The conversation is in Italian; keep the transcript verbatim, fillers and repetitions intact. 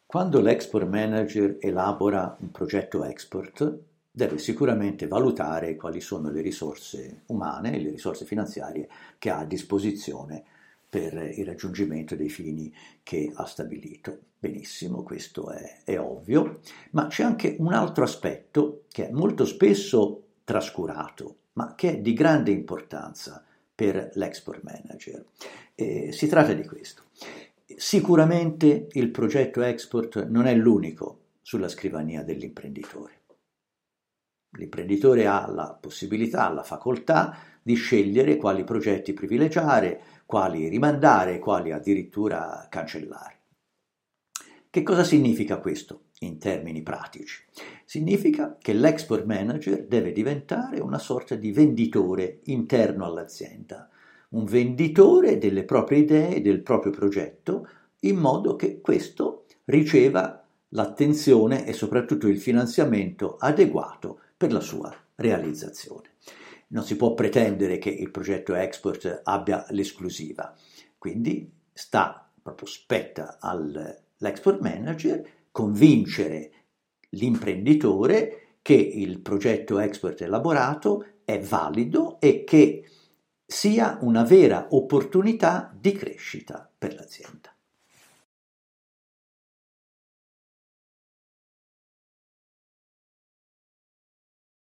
Quando l'export manager elabora un progetto export, deve sicuramente valutare quali sono le risorse umane e le risorse finanziarie che ha a disposizione per il raggiungimento dei fini che ha stabilito. Benissimo, questo è, è ovvio, ma c'è anche un altro aspetto che è molto spesso trascurato, ma che è di grande importanza per l'export manager. Eh, si tratta di questo. Sicuramente il progetto export non è l'unico sulla scrivania dell'imprenditore. L'imprenditore ha la possibilità, la facoltà di scegliere quali progetti privilegiare, quali rimandare, quali addirittura cancellare. Che cosa significa questo in termini pratici? Significa che l'export manager deve diventare una sorta di venditore interno all'azienda, un venditore delle proprie idee, del proprio progetto, in modo che questo riceva l'attenzione e soprattutto il finanziamento adeguato per la sua realizzazione. Non si può pretendere che il progetto export abbia l'esclusiva, quindi sta, proprio spetta all'export manager convincere l'imprenditore che il progetto export elaborato è valido e che sia una vera opportunità di crescita per l'azienda.